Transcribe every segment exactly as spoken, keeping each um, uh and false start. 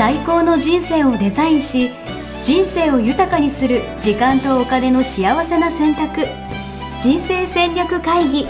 最高の人生をデザインし、人生を豊かにする時間とお金の幸せな選択、人生戦略会議。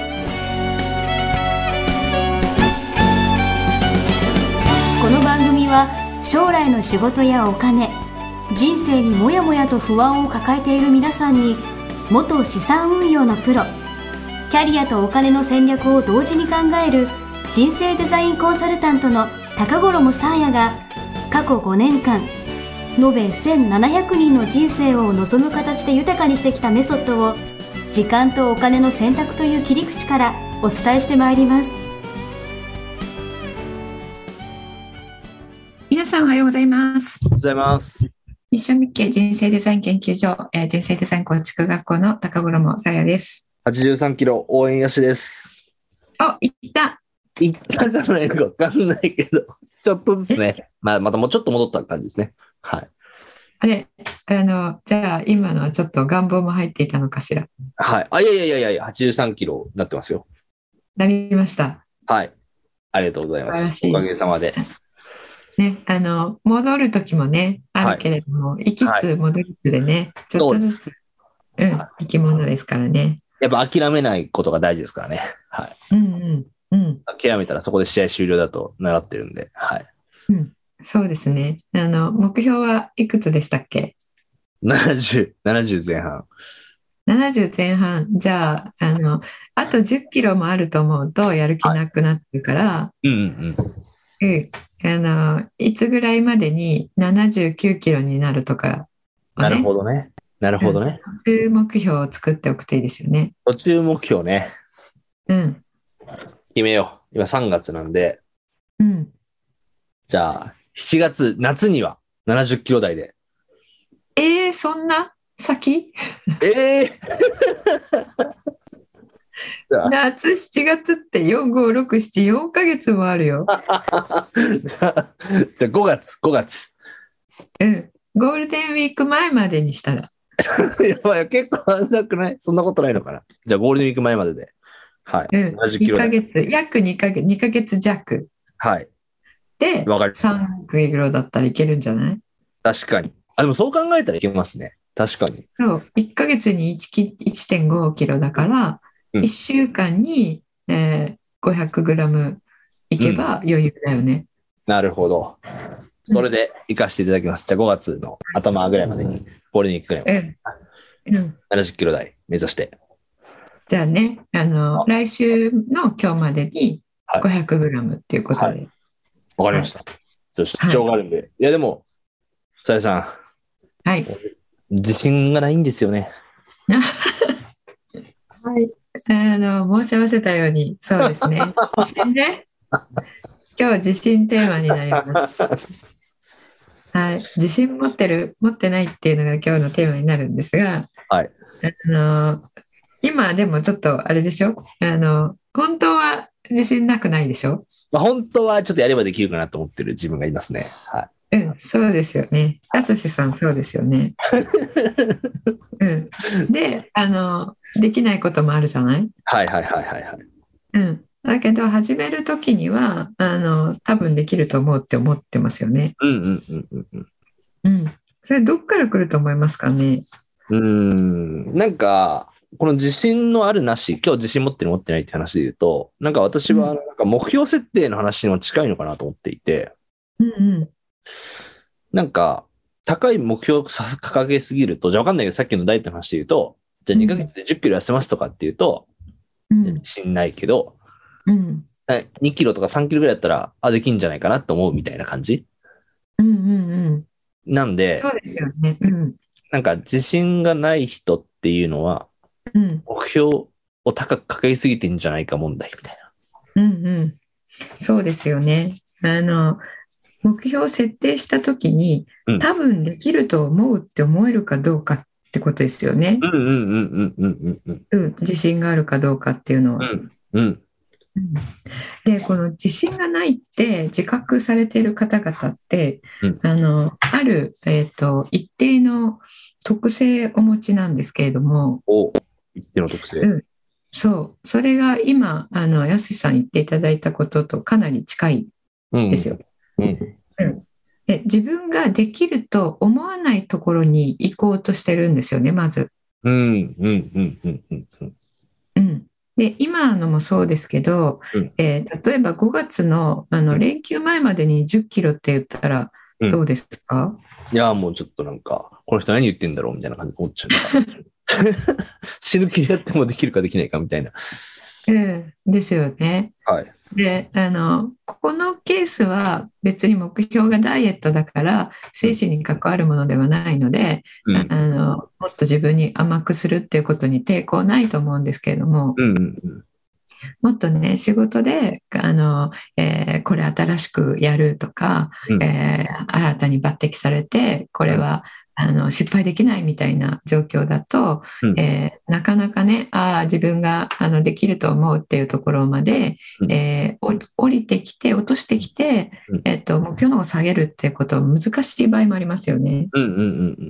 この番組は将来の仕事やお金、人生にもやもやと不安を抱えている皆さんに、元資産運用のプロ、キャリアとお金の戦略を同時に考える人生デザインコンサルタントの高頃もさあやが、過去ごねんかん延べせんななひゃくにんの人生を望む形で豊かにしてきたメソッドを、時間とお金の選択という切り口からお伝えしてまいります。 皆さんおはようございます。 おはようございます。 ミッションミッケ人生デザイン研究所、えー、人生デザイン構築学校の高頃もさやです。 はちじゅうさんキロ応援よしです。 お、いったいったじゃないか分かんないけど、ちょっとずつね、まあ、またもうちょっと戻った感じですね。はい。 あれ、あの、じゃあ今のはちょっと願望も入っていたのかしら。 はい。あ、いやいやいやいや、はちじゅうさんキロになってますよ。 なりました。 はい。ありがとうございます。おかげさまで。 ね、あの、戻る時もね、あるけれども、はい、行きつ戻りつでね、ちょっとずつ、うん、生き物ですからね。 やっぱ諦めないことが大事ですからね。はい。 うんうんうん。 諦めたらそこで試合終了だと習ってるんで、はい。 うん、そうですね。あの、目標はいくつでしたっけ？ ななじゅう、ななじゅう前半。 ななじゅう前半。じゃあ、あの、あとじゅっキロもあると思うとやる気なくなってるから、はい、 うんうんうん。あの、いつぐらいまでにななじゅうきゅうキロになるとか、ね、 なるほどね。なるほどね。 うん、途中目標を作っておくといいですよね。 途中目標ね。 うん。 決めよう。今さんがつなんで。 うん。 じゃあ、しちがつ、夏にはななじゅっキロ台で。 えー、そんな先？ えー、夏しちがつってよん、ご、ろく、なな、よんかげつもあるよ。 じゃあ、じゃあごがつ、ごがつ。 うん。ゴールデンウィーク前までにしたら。 やばい、結構早くない？そんなことないのかな。じゃあゴールデンウィーク前までで。はい。 うん、にかげつ、約にかげつ、にかげつ弱。 はい。 で、さんキロだったらいけるんじゃない？ 確かに。あ、でもそう考えたらいけますね。確かに。 そう、いっかげつに いってんごキロだから、うん、いっしゅうかんに、えー、ごひゃくグラムいけば余裕だよね。 うん、なるほど。それで行かせていただきます。じゃあごがつの頭ぐらいまでに、ゴールデンウィークぐらいまで、うんうん、ななじゅっキロ台目指して。 じゃあね、あのあ来週の今日までに ごひゃくグラム っていうことで。わ、はいはい、かりました。はい、出張があるんで。はい、いやでも、さやさん。 はい。 自信がないんですよね。 はい。あの、申し合わせたように、そうですね。自信ね。今日自信テーマになります。はい。自信持ってる、持ってないっていうのが今日のテーマになるんですが、 はい。 あの、今でもちょっとあれでしょ？あの、本当は自信なくないでしょ？ まあ、本当はちょっとやればできるかなと思ってる自分がいますね。はい。 うん、そうですよね。やすしさん、そうですよね。うん、で、あの、できないこともあるじゃない？ はいはいはいはいはい。 うん。だけど、始めるときには、あの、多分できると思うって思ってますよね。 うんうんうんうんうん。 うん。それ、どっから来ると思いますかね？ うーん、なんか、この自信のあるなし、今日自信持ってる持ってないって話で言うと、なんか私はなんか目標設定の話にも近いのかなと思っていて、 うんうん、 なんか高い目標を掲げすぎると、じゃあ分かんないけどさっきのダイエットの話で言うと、じゃあにかげつでじゅっキロ痩せますとかっていうと、うん、自信ないけど、うん、にキロとかさんキロぐらいだったら、あ、できんじゃないかなと思うみたいな感じ、 うんうんうん、 なんで、 そうですよね。うん、 なんか自信がない人っていうのは、うん、目標を高く掲げすぎてんじゃないか問題みたいな。うんうん。そうですよね。あの、目標を設定したときに、うん、多分できると思うって思えるかどうかってことですよね。自信があるかどうかっていうのは。うんうんうん、で、この自信がないって自覚されている方々って、うん、あの、ある、えーと、一定の特性をお持ちなんですけれども。 お、一定の特性。 うん、そう。それが今、あの、やすしさん言っていただいたこととかなり近いですよ。うんうんうん、 で自分ができると思わないところに行こうとしてるんですよね、まず。 うんうんうんうんうんうん。 うん、で今のもそうですけど、 うん、 えー、例えばごがつ の, あの連休前までにじゅっキロって言ったらどうですか？ うん、いやもうちょっとなんかこの人何言ってんだろうみたいな感じで思っちゃう死ぬ気でやってもできるかできないかみたいな。 うん、ですよね。 はい、 であのここのケースは別に目標がダイエットだから精神に関わるものではないので、うん、あのもっと自分に甘くするっていうことに抵抗ないと思うんですけれども、 うんうんうん、 もっとね仕事であの、えー、これ新しくやるとか、うん、えー、新たに抜擢されてこれは、うん、あの失敗できないみたいな状況だと、うん、えー、なかなかねあ自分があのできると思うっていうところまで、うん、えー、降りてきて落としてきて、うん、えー、と目標の方を下げるっていうことは難しい場合もありますよね。 うんうんうんうん、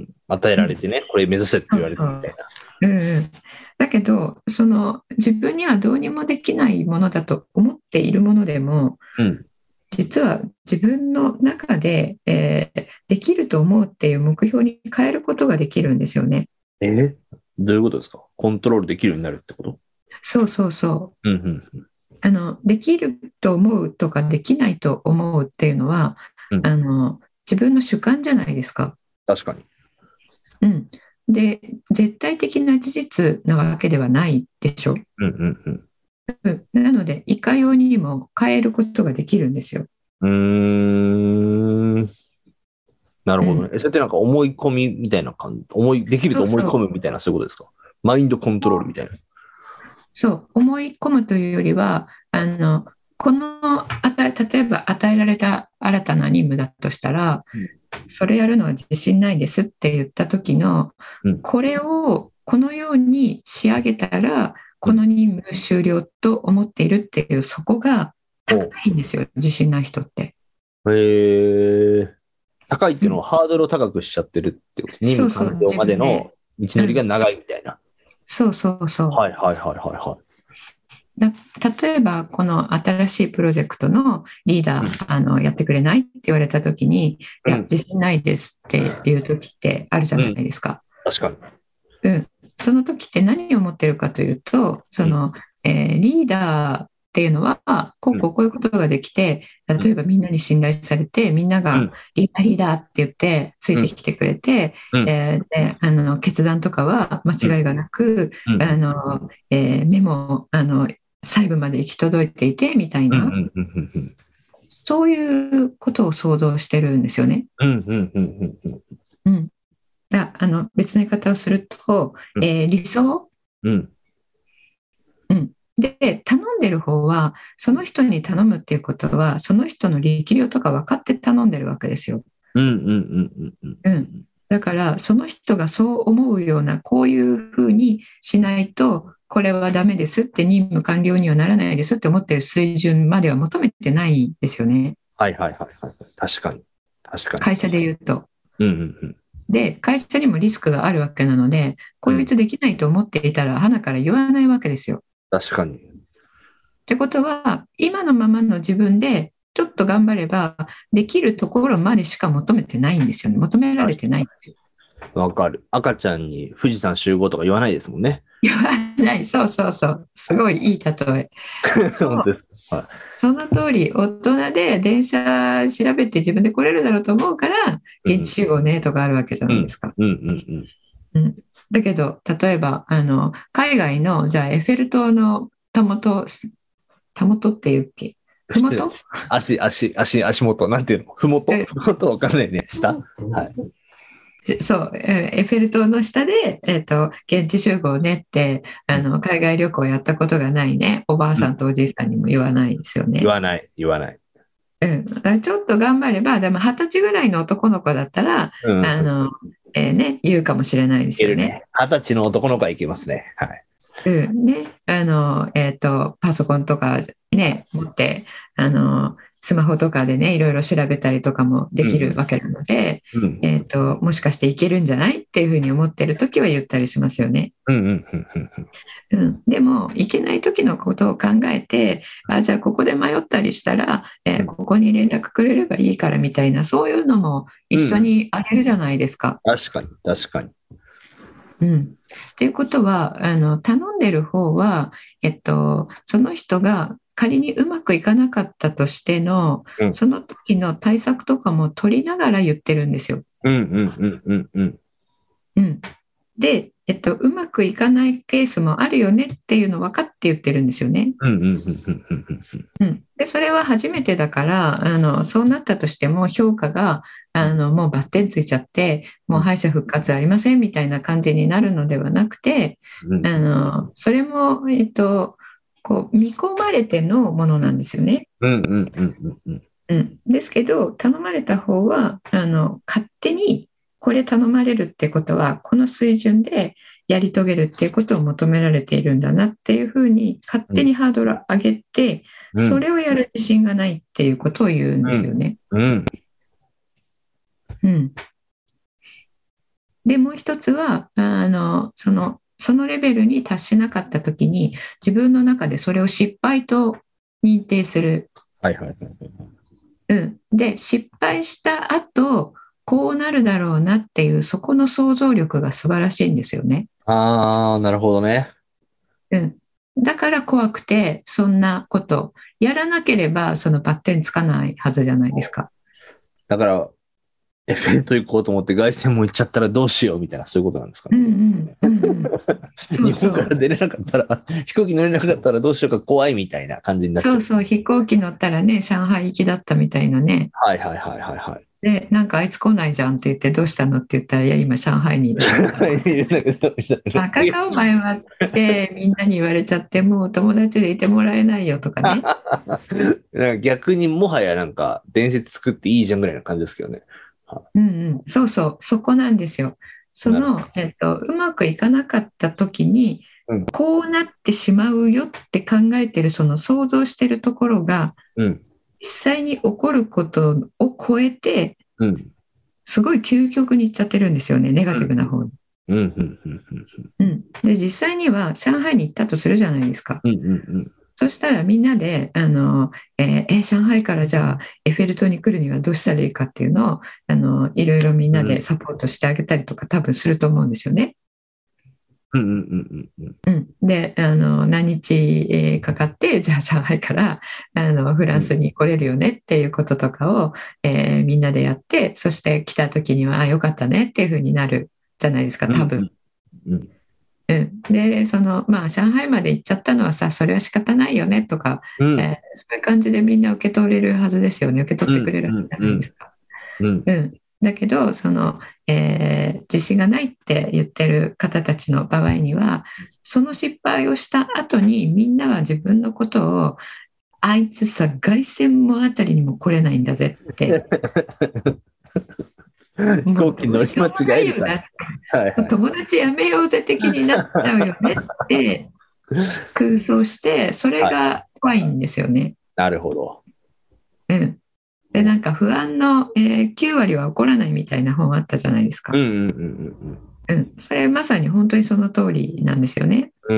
与えられてね、うん、これ目指せって言われてみたいな。 うんうん、だけどその自分にはどうにもできないものだと思っているものでも、うん、実は自分の中で、えー、できると思うっていう目標に変えることができるんですよね。 えー、どういうことですか？コントロールできるようになるってこと？ そうそうそう、 うんうんうん、 あのできると思うとかできないと思うっていうのは、うん、あの自分の主観じゃないですか。 確かに。 うん、で絶対的な事実なわけではないでしょ。 うんうんうんうん、なのでいかようにも変えることができるんですよ。 うーん、なるほどね。うん、それってなんか思い込みみたいな感じ、思いできると思い込むみたいな、そういうことですか？マインドコントロールみたいな。 そう思い込むというよりはあのこの与え例えば与えられた新たな任務だとしたら、うん、それやるのは自信ないですって言った時の、うん、これをこのように仕上げたらこの任務終了と思っているっていうそこが高いんですよ、自信ない人って。 へー、高いっていうのはハードルを高くしちゃってるってこと、うん、任務完了までの道のりが長いみたいな。うん、 そうそうそう。 はいはいはいはいはい。 だ例えばこの新しいプロジェクトのリーダー、うん、あのやってくれないって言われた時に、うん、いや自信ないですっていう時ってあるじゃないですか。 うん、確かに、うん、その時って何を思ってるかというとその、えー、リーダーっていうのはこうこうこういうことができて、例えばみんなに信頼されてみんながリーダーリーダーって言ってついてきてくれて、うん、えー、であの決断とかは間違いがなく、うん、あのえー、メモあの細部まで行き届いていてみたいな、そういうことを想像してるんですよね。だあの別の言い方をすると、えー、理想、うんうん、で頼んでる方はその人に頼むっていうことはその人の力量とか分かって頼んでるわけですよ。だからその人がそう思うようなこういうふうにしないとこれはダメですって任務完了にはならないですって思っている水準までは求めてないですよね。 はいはいはいはい。確かに。確かに。 会社で言うと。 うんうんうん。 で、会社にもリスクがあるわけなので、こいつできないと思っていたら、鼻から言わないわけですよ。 確かに。 ってことは、今のままの自分でちょっと頑張れば、できるところまでしか求めてないんですよね。求められてないんですよ。 わかる。赤ちゃんに富士山集合とか言わないですもんね。 言わない。そうそうそう。すごいいい例え。そうです。はい、その通り、大人で電車調べて自分で来れるだろうと思うから、現地集合ねとかあるわけじゃないですか。だけど、例えば、あの、海外の、じゃあエッフェル塔のたもと、たもとっていうっけふもと足、足、足、足元、なんていうのふもとふもとわかんないね。下、はい。 そう、エッフェル塔の下で、えーと、現地集合ねってあの海外旅行やったことがないねおばあさんとおじいさんにも言わないですよね。 言わない言わない、 うん、ちょっと頑張ればでもはたちぐらいの男の子だったら、うん、あのえーね、言うかもしれないですよね。 はたちの男の子はいけますね。はい、 うんねあのえーと、パソコンとか、ね、持ってあのスマホとかでねいろいろ調べたりとかもできるわけなので、うん、えーと、もしかしていけるんじゃないっていうふうに思ってる時は言ったりしますよね。でもいけない時のことを考えて、あじゃあここで迷ったりしたら、えー、ここに連絡くれればいいからみたいな、そういうのも一緒にあげるじゃないですか。 うん、確かに確かに。 うん、っていうことはあの頼んでる方は、えっと、その人が仮にうまくいかなかったとしての、うん、その時の対策とかも取りながら言ってるんですよ。で、えっと、うまくいかないケースもあるよねっていうのを分かって言ってるんですよね。でそれは初めてだからあのそうなったとしても評価があのもうバッテンついちゃってもう敗者復活ありませんみたいな感じになるのではなくて、あのそれも、えっと、こう見込まれてのものなんですよね。ですけど頼まれた方はあの勝手にこれ頼まれるってことはこの水準でやり遂げるっていうことを求められているんだなっていうふうに勝手にハードルを上げて、うん、それをやる自信がないっていうことを言うんですよね。うんうん、でもう一つはあのそのそのレベルに達しなかった時に自分の中でそれを失敗と認定する。はいはいはいうん、で失敗した後こうなるだろうなっていうそこの想像力が素晴らしいんですよね。 ああ、なるほどね。 うん、だから怖くてそんなことやらなければそのバッテンつかないはずじゃないですか。 だからエフェルト行こうと思って凱旋も行っちゃったらどうしようみたいなそういうことなんですかね。日本から出れなかったら飛行機乗れなかったらどうしようか怖いみたいな感じになっちゃう。 そうそう飛行機乗ったらね上海行きだったみたいなね。 はいはいはいはいはい。 でなんかあいつ来ないじゃんって言ってどうしたのって言ったらいや今上海にいる。バカかお前はってみんなに言われちゃってもう友達でいてもらえないよとかね。 なんか逆にもはやなんか伝説作っていいじゃんぐらいな感じですけどね。 うんうん、そうそうそこなんですよ。その、えっと、うまくいかなかった時に、うん、こうなってしまうよって考えてるその想像してるところが、うん、実際に起こることを超えて、うん、すごい究極にいっちゃってるんですよねネガティブな方に。で実際には上海に行ったとするじゃないですか。うんうんうんそしたらみんなであの、えーえー、上海からじゃあエッフェル塔に来るにはどうしたらいいかっていうのをあのいろいろみんなでサポートしてあげたりとか多分すると思うんですよね。であの何日、えー、かかってじゃあ上海からあのフランスに来れるよねっていうこととかを、えー、みんなでやってそして来た時にはあよかったねっていう風になるじゃないですか多分。うんうんうん、でそのまあ上海まで行っちゃったのはさそれは仕方ないよねとか、うんえー、そういう感じでみんな受け取れるはずですよね受け取ってくれるはずじゃないですか。うんうん、だけどその、えー、自信がないって言ってる方たちの場合にはその失敗をした後にみんなは自分のことをあいつさ凱旋門あたりにも来れないんだぜって飛行機乗り間違えるから、 はいはい、友達やめようぜ的になっちゃうよねって空想してそれが怖いんですよね。はい、 なるほど。 うん。でなんか不安の、えー、きゅう割は起こらないみたいな本あったじゃないですか。うんうんうんうん。うん。それまさに本当にその通りなんですよね。うん。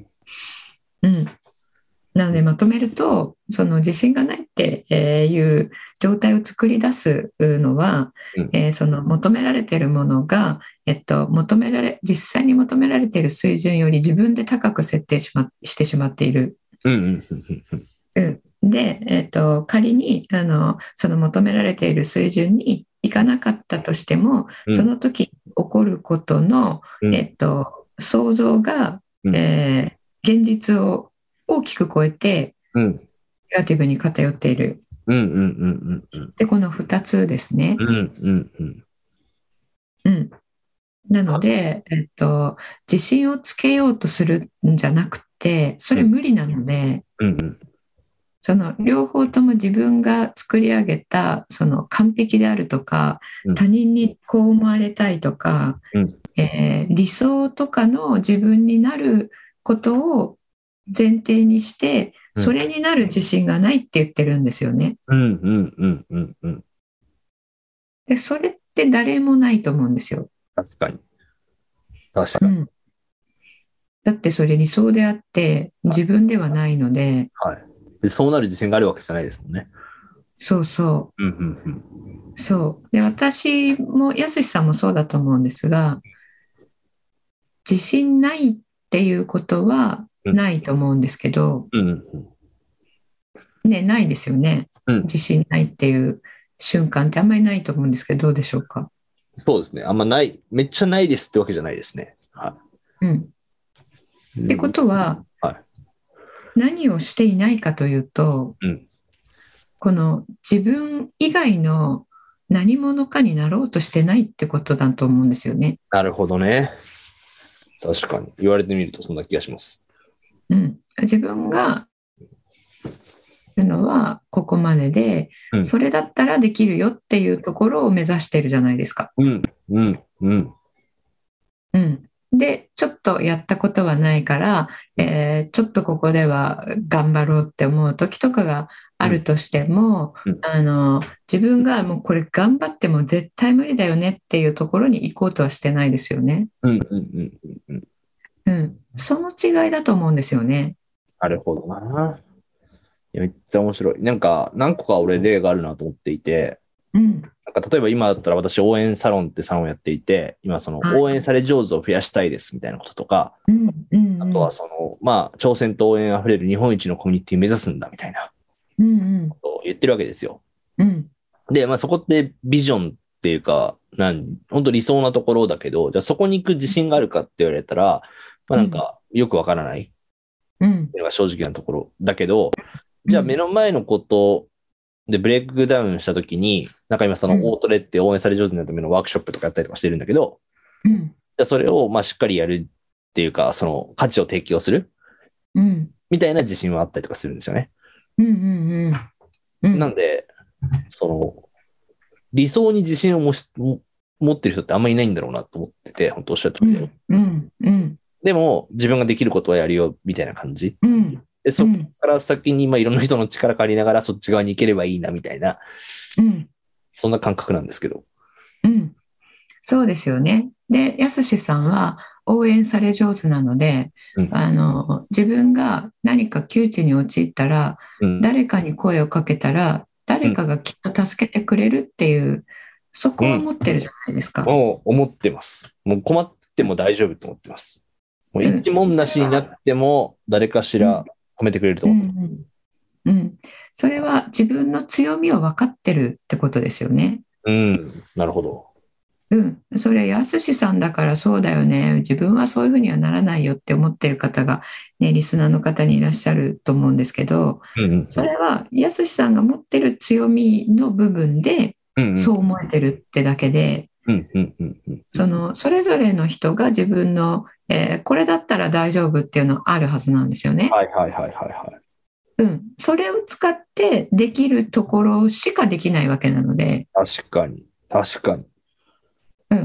うん。なのでまとめるとその自信がないっていう状態を作り出すのは、うんえー、その求められているものが、えっと、求められ実際に求められている水準より自分で高く設定し、ま、してしまっている。うんうんで、えっと、仮にあのその求められている水準にいかなかったとしても、うん、その時起こることの、うんえっと、想像が、うんえー、現実を大きく超えて、うん、ネガティブに偏っている。で、このふたつですね。うんうんうんうん、なので、えっと、自信をつけようとするんじゃなくて、それ無理なので、うんうん、その両方とも自分が作り上げたその完璧であるとか、うん、他人にこう思われたいとか、うんえー、理想とかの自分になることを前提にして、それになる自信がないって言ってるんですよね。 うんうんうんうんうん。 で、それって誰もないと思うんですよ。 確かに。確かに。うん、 だってそれ理想であって、自分ではないので。 はい。で、そうなる自信があるわけじゃないですもんね。 そうそう。 うんうんうん、 そう。で、私も、やすしさんもそうだと思うんですが、自信ないっていうことはないと思うんですけど、 うんうんうんね、ないですよね。 うん、 自信ないっていう瞬間ってあんまりないと思うんですけど、どうでしょうか。 そうですね。あんまない、めっちゃないですってわけじゃないですね。はい。 うん。ってことは、はい、何をしていないかというと、うん、この自分以外の何者かになろうとしてないってことだと思うんですよね。 なるほどね。確かに。言われてみるとそんな気がします。 うん。自分がいうのはここまでで、うん、それだったらできるよっていうところを目指してるじゃないですか。 うんうんうんうん。でちょっとやったことはないから、えー、ちょっとここでは頑張ろうって思う時とかがあるとしても、うん、あの自分がもうこれ頑張っても絶対無理だよねっていうところに行こうとはしてないですよね。 うんうんうんうんうん。その違いだと思うんですよね。 なるほどな。めっちゃ面白い。なんか、何個か俺例があるなと思っていて、うん、なんか例えば今だったら私応援サロンってサロンをやっていて、今その応援され上手を増やしたいですみたいなこととか、はい、あとはその、まあ、挑戦と応援あふれる日本一のコミュニティ目指すんだみたいなことを言ってるわけですよ。うん、で、まあそこってビジョンっていうか、なん本当理想なところだけど、じゃあそこに行く自信があるかって言われたら、まあなんかよくわからない。っていうのが正直なところだけど、じゃあ目の前のことでブレイクダウンしたときに、なんか今そのオートレって応援され上手になるためのワークショップとかやったりとかしてるんだけど、うん、じゃあそれをまあしっかりやるっていうか、その価値を提供する、うん、みたいな自信はあったりとかするんですよね。うんうんうんうん、なんで、その理想に自信をもし持ってる人ってあんまりいないんだろうなと思ってて、本当おっしゃる通りで。うんうんうん、でも自分ができることはやるよみたいな感じ。うんでそこから先にまあいろんな人の力借りながらそっち側に行ければいいなみたいな、うん、そんな感覚なんですけど。 うん、そうですよね。で、やすしさんは応援され上手なので、うん、あの自分が何か窮地に陥ったら、うん、誰かに声をかけたら誰かがきっと助けてくれるっていう、うん、そこを持ってるじゃないですか。 もう思ってます。もう困っても大丈夫と思ってます。もう一文なしになっても誰かしら、うん褒めてくれると思う、 うんうん、それは自分の強みを分かってるってことですよね。 うん、なるほど。 うん、それはやすしさんだからそうだよね、自分はそういうふうにはならないよって思ってる方が、ね、リスナーの方にいらっしゃると思うんですけど、うんうん、それはやすしさんが持ってる強みの部分でそう思えてるってだけで、そのそれぞれの人が自分の、えー、これだったら大丈夫っていうのあるはずなんですよね。 はいはいはいはいはい。 うん、それを使ってできるところしかできないわけなので。 確かに確かに。 うん、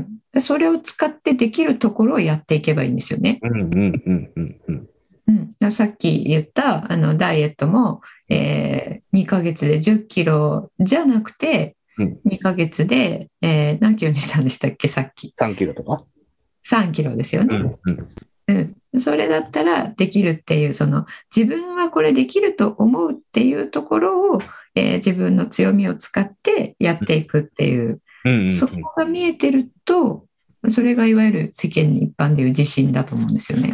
それを使ってできるところをやっていけばいいんですよね。 うんうんうんうんうん。 うん、さっき言ったあのダイエットも、えー、にかげつでじゅっキロじゃなくて、うん、にかげつで、えー、何キロにしたんでしたっけさっき。 さんキロとかさんキロですよね。うんうんうん、それだったらできるっていう、その自分はこれできると思うっていうところを、えー、自分の強みを使ってやっていくっていう、うんうんうん、そこが見えてると、それがいわゆる世間一般でいう自信だと思うんですよね。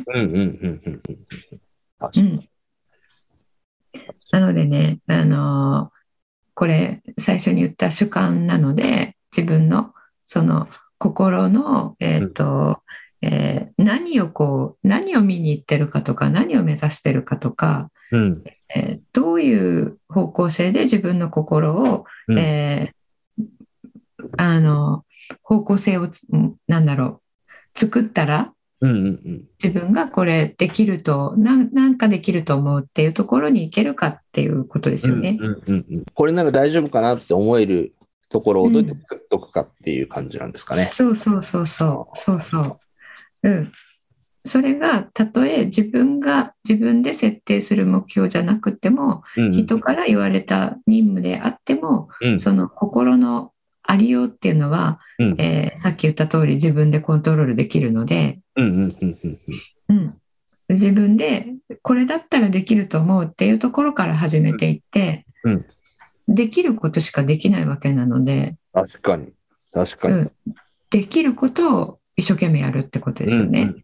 なのでね、あのー、これ最初に言った主観なので、自分のその心の、えーとえー、何をこう何を見に行ってるかとか、何を目指してるかとか、うんえー、どういう方向性で自分の心を、うんえー、あの方向性をなんだろう作ったら、うんうんうん、自分がこれできると な, なんかできると思うっていうところに行けるかっていうことですよね。 うんうんうんうん、これなら大丈夫かなって思えるところをどうやって作っておくかっていう感じなんですかね。 うん、そうそうそうそうそうそう。うん。 それがたとえ自分が自分で設定する目標じゃなくても、うんうん、人から言われた任務であっても、うん、その心のありようっていうのは、うんえー、さっき言った通り自分でコントロールできるので、自分でこれだったらできると思うっていうところから始めていって、うんうん、できることしかできないわけなので、 確かに確かに、うん、 できることを一生懸命やるってことですよね。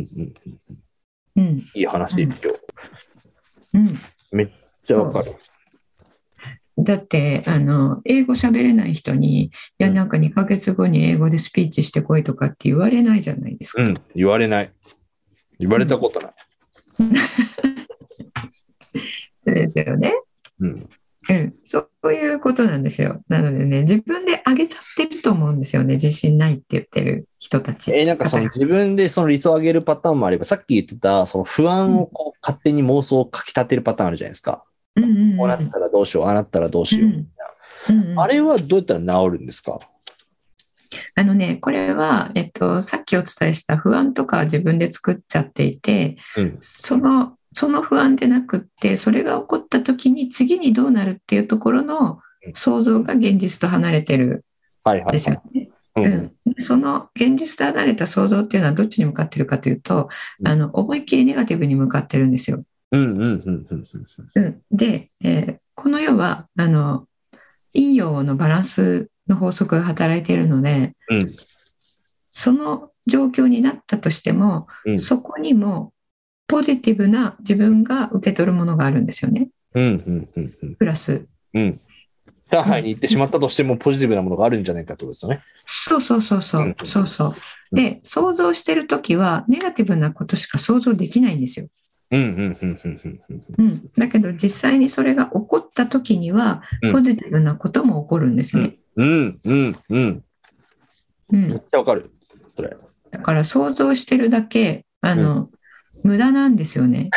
いい話ですよ、うん、めっちゃわかる。 だってあの英語喋れない人に、いやなんかにかげつごに英語でスピーチしてこいとかって言われないじゃないですか。 うん、言われない。言われたことない。 うん、ですよね。うんうん、そういうことなんですよ。なのでね、自分で上げちゃってると思うんですよね。自信ないって言ってる人たち。 えー、なんかその自分でその理想を上げるパターンもあれば、さっき言ってたその不安をこう勝手に妄想をかき立てるパターンあるじゃないですか。うんうんうん、こうなったらどうしよう、ああなったらどうしようみたいな、うんうんうん。あれはどうやったら治るんですか？ あのね、これは、えっと、さっきお伝えした不安とか自分で作っちゃっていて、うん、そのその不安でなくって、それが起こった時に次にどうなるっていうところの想像が現実と離れてるんですよね。その現実と離れた想像っていうのはどっちに向かってるかというと、うん、あの思いっきりネガティブに向かってるんですよ。で、えー、この世はあの陰陽のバランスの法則が働いているので、うん、その状況になったとしても、うん、そこにもポジティブな自分が受け取るものがあるんですよね。プラス、 うん、上海に行ってしまったとしてもポジティブなものがあるんじゃないかってことですよね。 そうそうそうそう、そうそう。で、想像してるときはネガティブなことしか想像できないんですよ。だけど実際にそれが起こったときにはポジティブなことも起こるんですね。 うんうんうんうん。めっちゃわかる。それ。 だから想像してるだけあの、うん無駄なんですよね。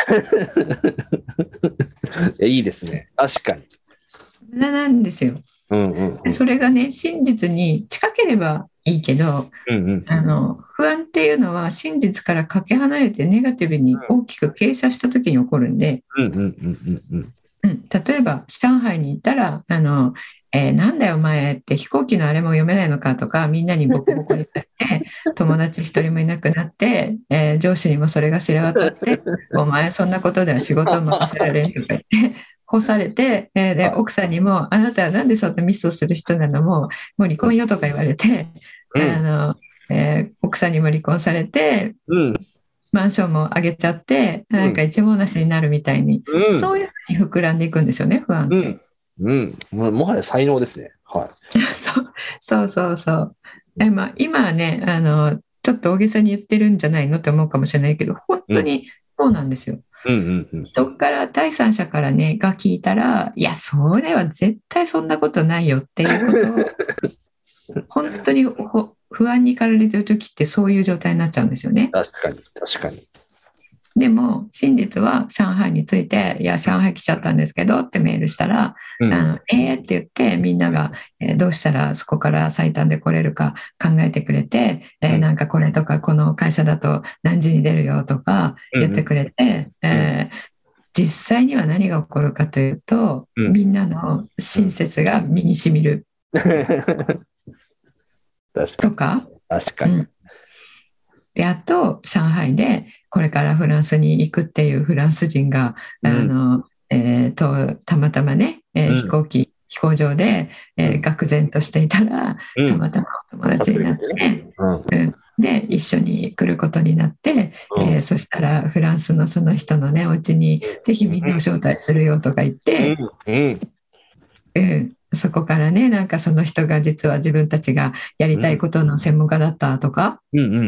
いいですね。確かに。 無駄なんですよ。うんうんうん、それがね、真実に近ければいいけど、うんうん、あの不安っていうのは真実からかけ離れてネガティブに大きく傾斜した時に起こるんで、例えば上海に行ったらあの、えー、なんだよお前って飛行機のあれも読めないのかとかみんなにボコボコにされて友達一人もいなくなって、えー、上司にもそれが知れ渡ってお前そんなことでは仕事を任せられんとか言って干されて、えー、で奥さんにもあなたはなんでそんなミスをする人なのももう離婚よとか言われて、うんあのえー、奥さんにも離婚されて、うんマンションも上げちゃってなんか一文無しになるみたいに、うん、そういうふうに膨らんでいくんですよね不安って、 うんうん、もはや才能ですね、はい、 そうそうそうえ、まあ、今はねあのちょっと大げさに言ってるんじゃないのって思うかもしれないけど本当にそうなんですよ、うんうんうんうん、人から第三者からねが聞いたらいやそれは絶対そんなことないよっていうことを本当にほ不安に駆られてる時ってそういう状態になっちゃうんですよね。 確かに確かに。 でも真実は上海についていや上海来ちゃったんですけどってメールしたら、うん、あのえーって言ってみんなが、えー、どうしたらそこから最短で来れるか考えてくれて、えー、なんかこれとかこの会社だと何時に出るよとか言ってくれて、うんえー、実際には何が起こるかというと、うん、みんなの親切が身に染みる。とか確かに、うん、 であと上海でこれからフランスに行くっていうフランス人が、うん、あのえー、とたまたまね、えーうん、飛行機飛行場で、えー、愕然としていたら、うん、たまたまお友達になって、うんうん、で一緒に来ることになって、うんえー、そしたらフランスのその人のねお家にぜひみんなを招待するよとか言って、うんうんうんそこからねなんかその人が実は自分たちがやりたいことの専門家だったとか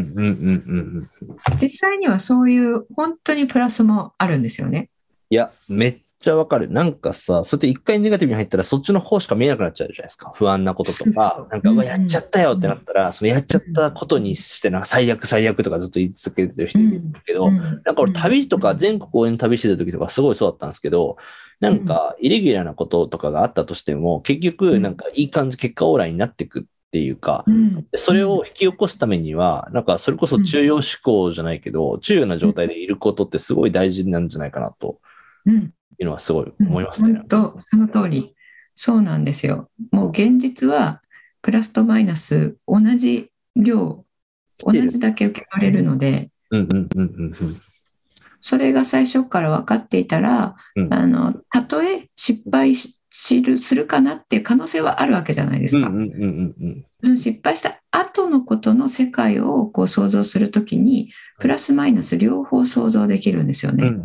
実際にはそういう本当にプラスもあるんですよね。 いやめっちゃわかる。なんかさそれって一回ネガティブに入ったらそっちの方しか見えなくなっちゃうじゃないですか。不安なこととかなんか、うん、やっちゃったよってなったら、うん、そのやっちゃったことにしてなんか最悪最悪とかずっと言い続けてる人いるけど、うん、なんか俺旅とか全国応援旅してた時とかすごいそうだったんですけどなんかイレギュラーなこととかがあったとしても結局なんかいい感じ結果オーライになっていくっっていうか、うん、それを引き起こすためには、なんかそれこそ中庸思考じゃないけど、うん、中庸な状態でいることってすごい大事なんじゃないかなというのはすごい思いますね。 本当、その通り。そうなんですよ。もう現実はプラスとマイナス同じ量、同じだけ受け取れるので、それが最初から分かっていたら、うん、あのたとえ失敗しするかなっていう可能性はあるわけじゃないですか。その失敗した後のことの世界をこう想像するときにプラスマイナス両方想像できるんですよね。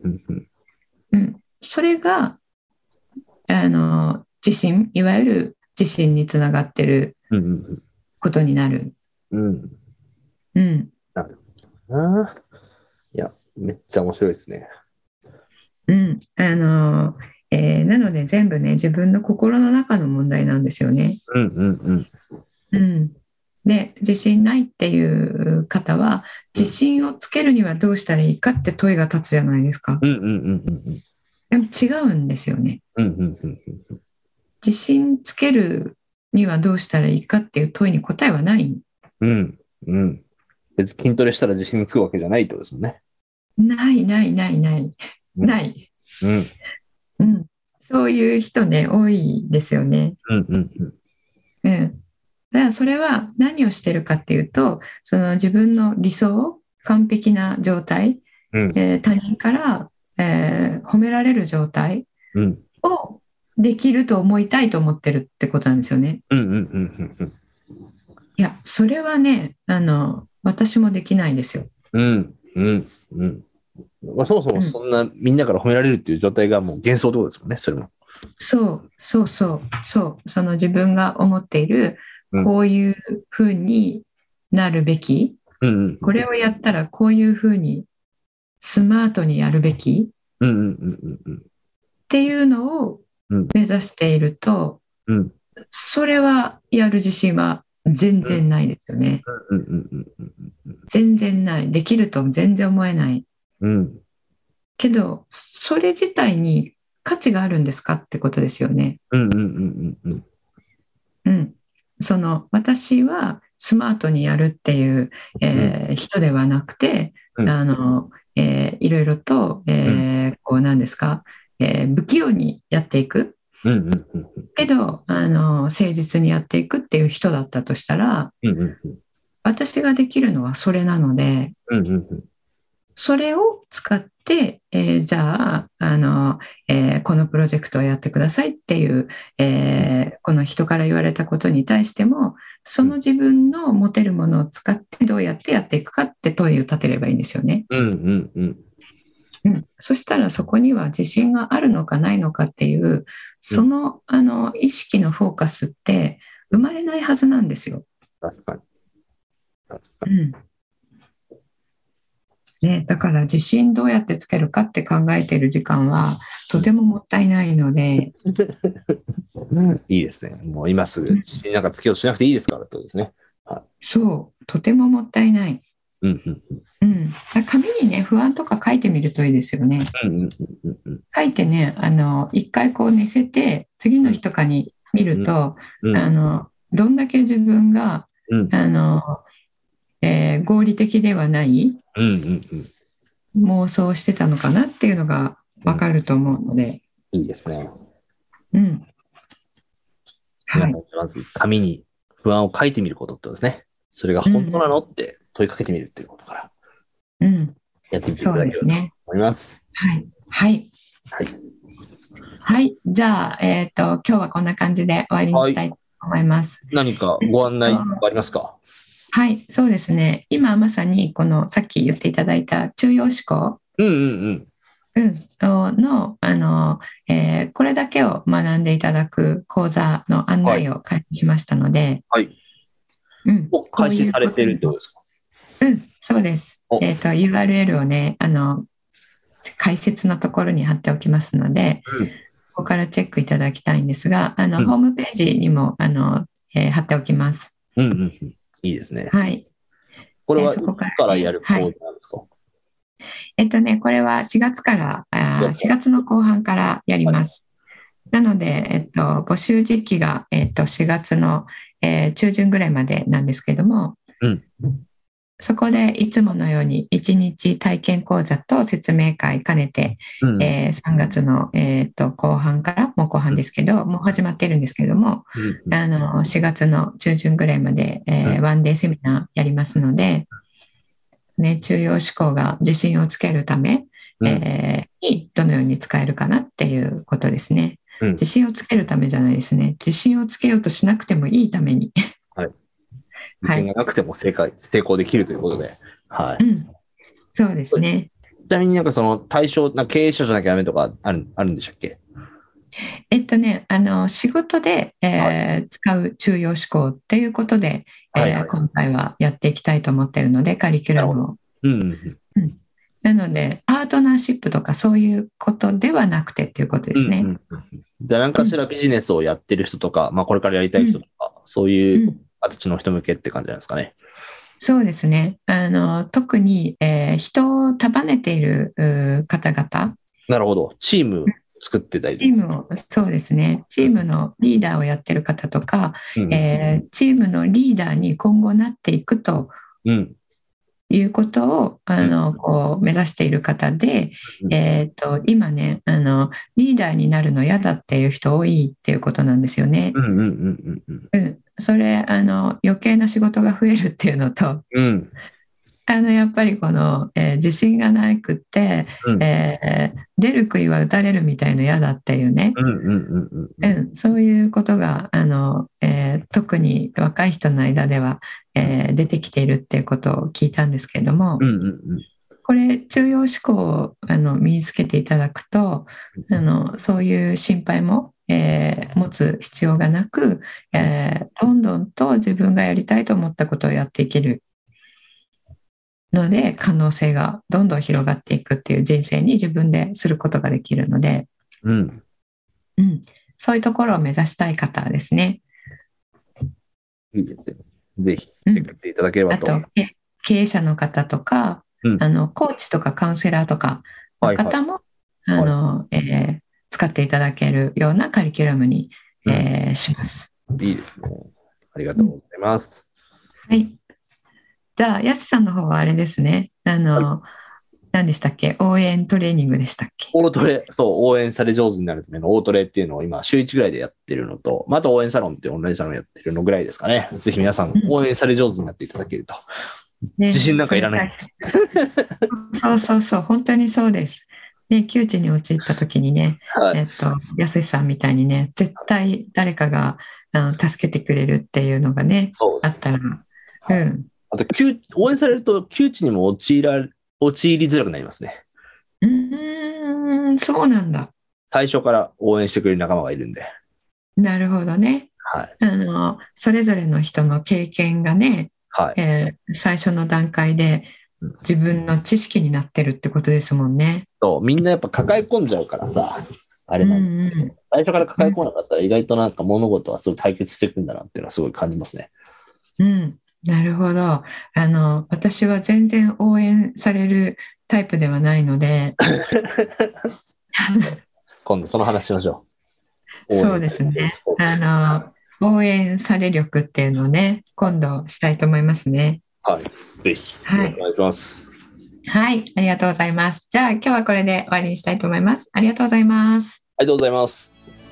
それがあの自信、いわゆる自信につながってることになる。 うんうん、なるほどな。いや、めっちゃ面白いですね。 うん、あの、えー、なので全部ね、自分の心の中の問題なんですよね。 うんうんうん。うん、で、自信ないっていう方は、自信をつけるにはどうしたらいいかって問いが立つじゃないですか。 うんうんうんうん。 でも違うんですよね。 うんうんうんうん。 自信つけるにはどうしたらいいかっていう問いに答えはない。 うんうん。別に筋トレしたら自信つくわけじゃないってことですもんね。 ないないないない、うん、ない、 うんうん、そういう人ね多いですよね。 うんうんうんうん、だからそれは何をしてるかっていうと、その自分の理想、完璧な状態、うんえー、他人から、えー、褒められる状態をできると思いたいと思ってるってことなんですよね。 うんうんうんうんうん。 いや、それはね、あの私もできないですよ。 うんうんうん。まあ、そもそもそんな、うん、みんなから褒められるっていう状態がもう幻想ってことですもんね、それも。 そうそうそうそう、その自分が思っているこういうふうになるべき、 うんうん、 これをやったらこういうふうにスマートにやるべきっていうのを目指していると、 うん、 それはやる自信は全然ないですよね。全然ない。できると全然思えない。 うん、 けど、それ自体に価値があるんですかってことですよね。 うんうんうんうんうん。その私はスマートにやるっていう、えー、人ではなくて、うん、あの、えー、いろいろと、えー、こうなんですか、えー、不器用にやっていく。 うんうんうん、 けどあの誠実にやっていくっていう人だったとしたら、 うんうんうん、 私ができるのはそれなので、 うんうんうん、 それを使って、えー、じゃあ、あの、えー、このプロジェクトをやってくださいっていう、えー、この人から言われたことに対しても、その自分の持てるものを使ってどうやってやっていくかって問いを立てればいいんですよね。 うんうんうんうん、そしたらそこには自信があるのかないのかっていうその、あの意識のフォーカスって生まれないはずなんですよ。 確かに。確かに。 うんね、だから自信どうやってつけるかって考えている時間はとてももったいないのでいいですね。もう今すぐ自信なんかつけようとしなくていいですからってことですね。 はい、そうとてももったいない。 うんうんうん、紙にね不安とか書いてみるといいですよね。 うんうんうんうん、 書いてねあの一回こう寝せて次の日とかに見ると、うんうん、あのどんだけ自分が、うん、あのえー、合理的ではない、 うんうんうん、妄想してたのかなっていうのが分かると思うので、 うん、いいですね。 うん、はい、 まず紙に不安を書いてみることってことですね。それが本当なの、うん、って問いかけてみるっていうことから、 うん、 やってみていただければと思います。 はい、はい、はい、はい、じゃあ、えっと今日はこんな感じで終わりにしたいと思います。 はい、何かご案内ありますか？ はい、そうですね。今まさにこのさっき言っていただいた中庸思考、 うんうんうん、の、あの、えー、これだけを学んでいただく講座の案内を開始しましたので、 はい、 うん、 もう開始されてるってことですか？ うん、そうです。えっと、ユーアールエル をね、あの、解説のところに貼っておきますので、うん、ここからチェックいただきたいんですが、あの、うん、ホームページにも、あの、えー、貼っておきます。 うんうんうん、いいですね。 はい。 これは、そこから、ね、からやる講座なんですか？はい、 えっとね、これはしがつから、あしがつの後半からやります。はい、なので、えっと、募集時期が、えっと、しがつの、 えー、中旬ぐらいまでなんですけども、うん、そこでいつものようにいちにち体験講座と説明会兼ねて、うんえー、さんがつの、えー、と後半からもう後半ですけど、もう始まってるんですけども、うん、あのしがつの中旬ぐらいまで、えーうん、ワンデーセミナーやりますので、ね、中庸思考が自信をつけるため、うんえー、にどのように使えるかなっていうことですね。うん、自信をつけるためじゃないですね。自信をつけようとしなくてもいいために。 はい。自信がなくても正解、はい、成功できるということで。はい。 うん、そうですね。 ちなみになんかその対象、な経営者じゃなきゃダメとかある、あるんでしたっけ？ えっとね、あの仕事で、えーはい、使う中庸思考っていうことで、はいはいえー、今回はやっていきたいと思っているので、カリキュラムを。うんうんうん、なので、パートナーシップとかそういうことではなくてっていうことですね。うんうんうん、 じゃあ何かしらビジネスをやってる人とか、うんまあ、これからやりたい人とか、うん、そういう形の人向けって感じなんですかね。 そうですね。あの特に、えー、人を束ねている方々。 なるほど。チーム作ってたりチームを、そうですね。チームのリーダーをやってる方とか、うんえー、チームのリーダーに今後なっていくと、うんいうことをあのこう目指している方で、えー、と今ねあのリーダーになるの嫌だっていう人多いっていうことなんですよね。それあの余計な仕事が増えるっていうのと、うん、あのやっぱりこの、えー、自信がなくって、うんえー、出る杭は打たれるみたいの嫌だっていうね、そういうことがあの、えー、特に若い人の間では、えー、出てきているっていうことを聞いたんですけれども、うんうんうん、これ中庸思考をあの身につけていただくとあのそういう心配も、えー、持つ必要がなく、えー、どんどんと自分がやりたいと思ったことをやっていけるので可能性がどんどん広がっていくっていう人生に自分ですることができるので、うんうん、そういうところを目指したい方ですね。 いいですね。ぜひやっていただければと、うん、あと経営者の方とか、うん、あのコーチとかカウンセラーとかの方も、はいはいあのはいえー、使っていただけるようなカリキュラムに、うんえー、します。 いいですね。ありがとうございます。 うん、はい。じゃあ、やすさんの方はあれですね。あの、はい、何でしたっけ？応援トレーニングでしたっけ？ オートレ、そう、応援され上手になるためのオートレっていうのを今、週いちぐらいでやってるのと、また応援サロンってオンラインサロンやってるのぐらいですかね。ぜひ皆さん、応援され上手になっていただけると。うん、自信なんかいらない。 そうそうそう、本当にそうです。ね、窮地に陥った時にね、はい、えっと、やすしさんみたいにね、絶対誰かがあの助けてくれるっていうのがね、あったら、うん。 あと、応援されると窮地にも陥ら、陥りづらくなりますね。 うーん、そうなんだ。 最初から応援してくれる仲間がいるんで。 なるほどね。 はい。 あの、それぞれの人の経験がね、はいえー、最初の段階で自分の知識になってるってことですもんね。 そう、みんなやっぱ抱え込んじゃうからさ、あれなんですけど、うんうん、最初から抱え込まなかったら意外となんか物事はすごい解決していくんだなっていうのはすごい感じますね。 うん。なるほど。あの、私は全然応援されるタイプではないので。 今度その話しましょう。そうですね。あの、応援され力っていうのをね、今度したいと思いますね。 はい。ぜひ。はい。お願いします。 はい。ありがとうございます。じゃあ今日はこれで終わりにしたいと思います。ありがとうございます。 ありがとうございます。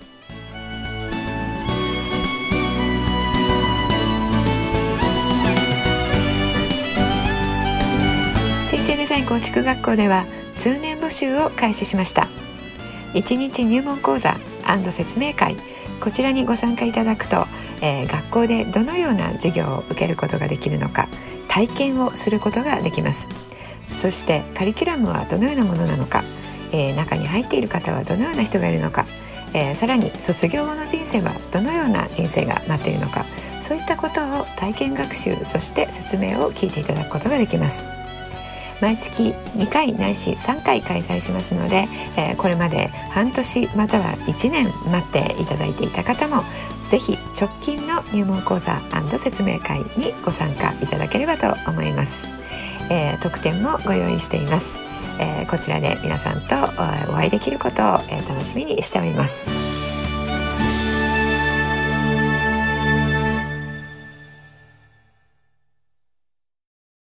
デザイン構築学校では通年募集を開始しました。いちにち入門講座&説明会、こちらにご参加いただくと、えー、学校でどのような授業を受けることができるのか体験をすることができます。そしてカリキュラムはどのようなものなのか、えー、中に入っている方はどのような人がいるのか、えー、さらに卒業後の人生はどのような人生が待っているのか、そういったことを体験学習、そして説明を聞いていただくことができます。毎月にかいないしさんかい開催しますので、えー、これまで半年またはいちねん待っていただいていた方もぜひ直近の入門講座&説明会にご参加いただければと思います。えー、特典もご用意しています。えー、こちらで皆さんとお会いできることを、えー、楽しみにしております。